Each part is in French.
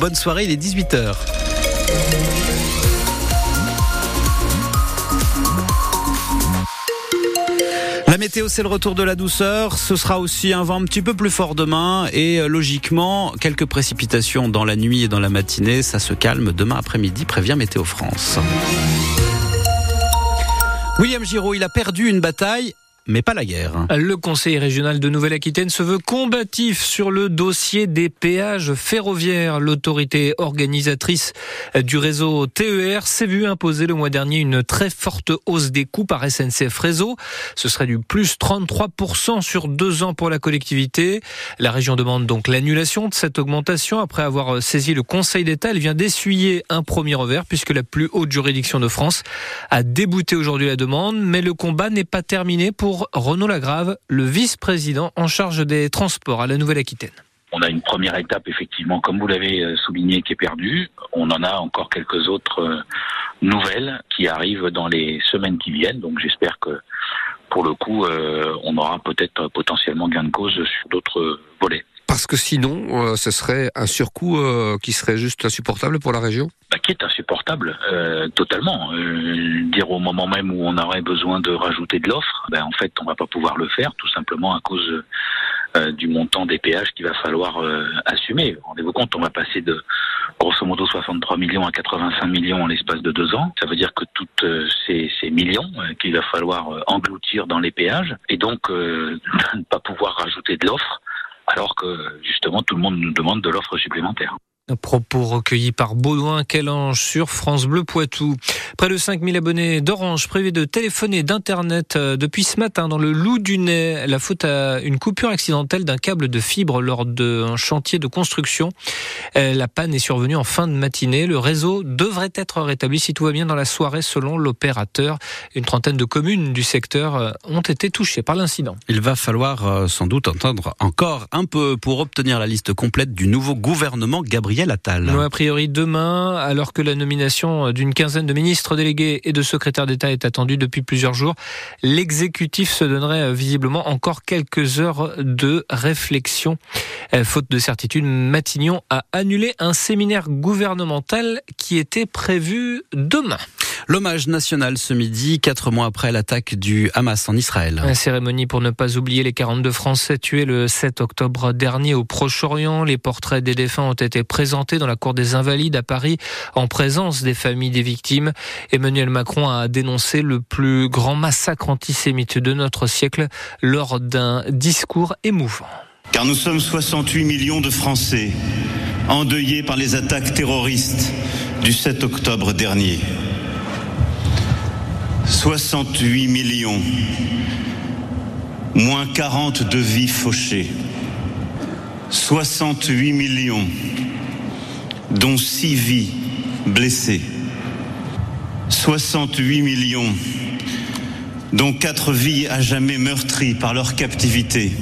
Bonne soirée, il est 18h. La météo, c'est le retour de la douceur. Ce sera aussi un vent un petit peu plus fort demain et logiquement, quelques précipitations dans la nuit et dans la matinée. Ça se calme demain après-midi, prévient Météo France. William Giraud, il a perdu une bataille, mais pas la guerre. Le conseil régional de Nouvelle-Aquitaine se veut combatif sur le dossier des péages ferroviaires. L'autorité organisatrice du réseau TER s'est vue imposer le mois dernier une très forte hausse des coûts par SNCF Réseau. Ce serait du plus 33% sur 2 ans pour la collectivité. La région demande donc l'annulation de cette augmentation. Après avoir saisi le Conseil d'État, elle vient d'essuyer un premier revers puisque la plus haute juridiction de France a débouté aujourd'hui la demande. Mais le combat n'est pas terminé pour Renaud Lagrave, le vice-président en charge des transports à la Nouvelle-Aquitaine. On a une première étape, effectivement, comme vous l'avez souligné, qui est perdue. On en a encore quelques autres nouvelles qui arrivent dans les semaines qui viennent. Donc j'espère que, pour le coup, on aura peut-être potentiellement gain de cause sur d'autres volets. Parce que sinon, ce serait un surcoût qui serait juste insupportable pour la région ? Qui est insupportable, totalement. Dire au moment même où on aurait besoin de rajouter de l'offre, en fait, on va pas pouvoir le faire, tout simplement à cause du montant des péages qu'il va falloir assumer. Rendez-vous compte, on va passer de grosso modo 63 millions à 85 millions en l'espace de 2 ans. Ça veut dire que toutes ces millions qu'il va falloir engloutir dans les péages, et donc ne pas pouvoir rajouter de l'offre, alors que justement tout le monde nous demande de l'offre supplémentaire. Propos recueillis par Baudouin Calange sur France Bleu Poitou. Près de 5000 abonnés d'Orange prévus de téléphoner et d'internet depuis ce matin dans le Loudunais. La faute à une coupure accidentelle d'un câble de fibre lors d'un chantier de construction. La panne est survenue en fin de matinée. Le réseau devrait être rétabli si tout va bien dans la soirée selon l'opérateur. Une trentaine de communes du secteur ont été touchées par l'incident. Il va falloir sans doute entendre encore un peu pour obtenir la liste complète du nouveau gouvernement Gabriel Attal. A priori demain, alors que la nomination d'une quinzaine de ministres délégués et de secrétaires d'État est attendue depuis plusieurs jours, l'exécutif se donnerait visiblement encore quelques heures de réflexion. Faute de certitude, Matignon a annulé un séminaire gouvernemental qui était prévu demain. L'hommage national ce midi, 4 mois après l'attaque du Hamas en Israël. Une cérémonie pour ne pas oublier les 42 Français tués le 7 octobre dernier au Proche-Orient. Les portraits des défunts ont été présentés dans la cour des Invalides à Paris en présence des familles des victimes. Emmanuel Macron a dénoncé le plus grand massacre antisémite de notre siècle lors d'un discours émouvant. Car nous sommes 68 millions de Français endeuillés par les attaques terroristes du 7 octobre dernier. 68 millions, moins 40 de vies fauchées. 68 millions, dont 6 vies blessées. 68 millions, dont 4 vies à jamais meurtries par leur captivité.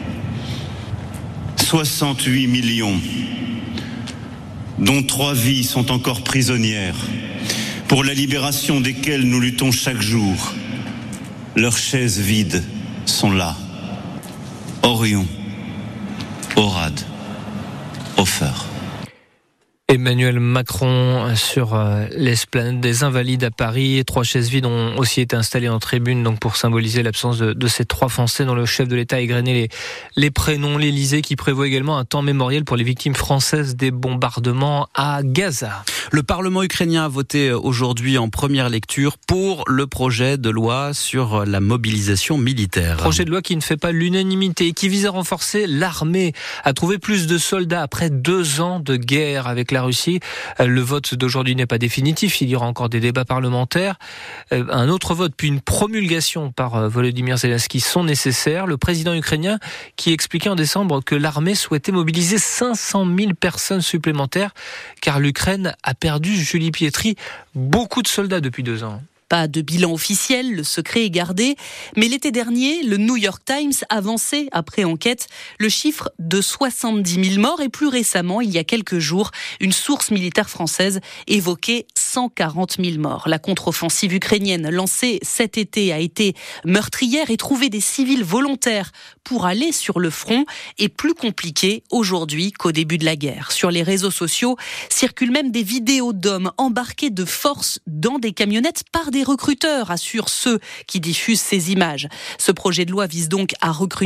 68 millions, dont 3 vies sont encore prisonnières, pour la libération desquelles nous luttons chaque jour. Leurs chaises vides sont là. Orion, Orad, Ofer. Emmanuel Macron sur l'esplanade des Invalides à Paris. 3 chaises vides ont aussi été installées en tribune donc pour symboliser l'absence de ces 3 Français dont le chef de l'État a égrené les prénoms. L'Élysée qui prévoit également un temps mémoriel pour les victimes françaises des bombardements à Gaza. Le Parlement ukrainien a voté aujourd'hui en première lecture pour le projet de loi sur la mobilisation militaire. Projet de loi qui ne fait pas l'unanimité et qui vise à renforcer l'armée, à trouver plus de soldats après 2 ans de guerre avec la Russie. Le vote d'aujourd'hui n'est pas définitif, il y aura encore des débats parlementaires. Un autre vote puis une promulgation par Volodymyr Zelensky sont nécessaires. Le président ukrainien qui expliquait en décembre que l'armée souhaitait mobiliser 500 000 personnes supplémentaires car l'Ukraine a perdu, Julie Pietri, beaucoup de soldats depuis 2 ans. Pas de bilan officiel, le secret est gardé. Mais l'été dernier, le New York Times avançait, après enquête, le chiffre de 70 000 morts. Et plus récemment, il y a quelques jours, une source militaire française évoquait 140 000 morts. La contre-offensive ukrainienne lancée cet été a été meurtrière et trouver des civils volontaires pour aller sur le front est plus compliqué aujourd'hui qu'au début de la guerre. Sur les réseaux sociaux circulent même des vidéos d'hommes embarqués de force dans des camionnettes par des recruteurs, assurent ceux qui diffusent ces images. Ce projet de loi vise donc à recruter